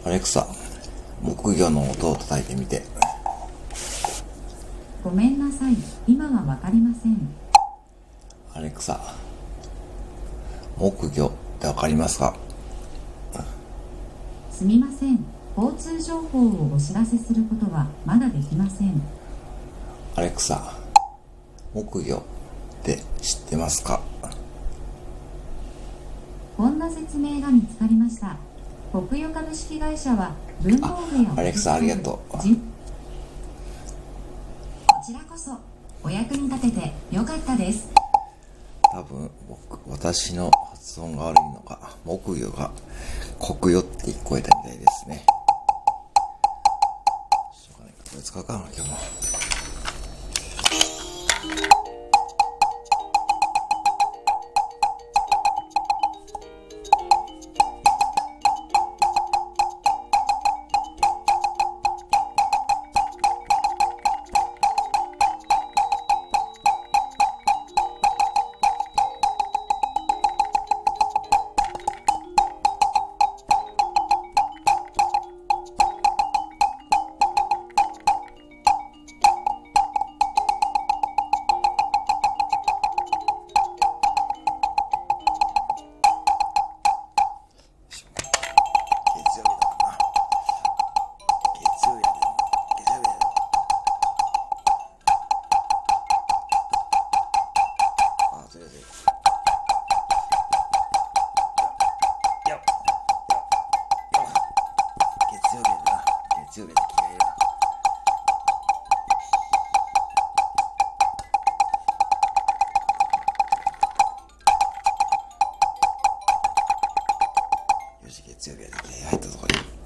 アレクサ、木魚の音を叩いてみて。 ごめんなさい、今はわかりません。 アレクサ、木魚ってわかりますか？ すみません、交通情報をお知らせすることはまだできません。 アレクサ、木魚って知ってますか？ こんな説明が見つかりました。国与株式会社は文房具やアレクサありがとう。 こちらこそお役に立ててよかったです。 多分私の発音が悪いのか、木魚が国魚って聞こえたみたいですね。しょうがないか、これ使うかな今日も。月曜日で着替えよう。よし、月曜日はできない。入ったところに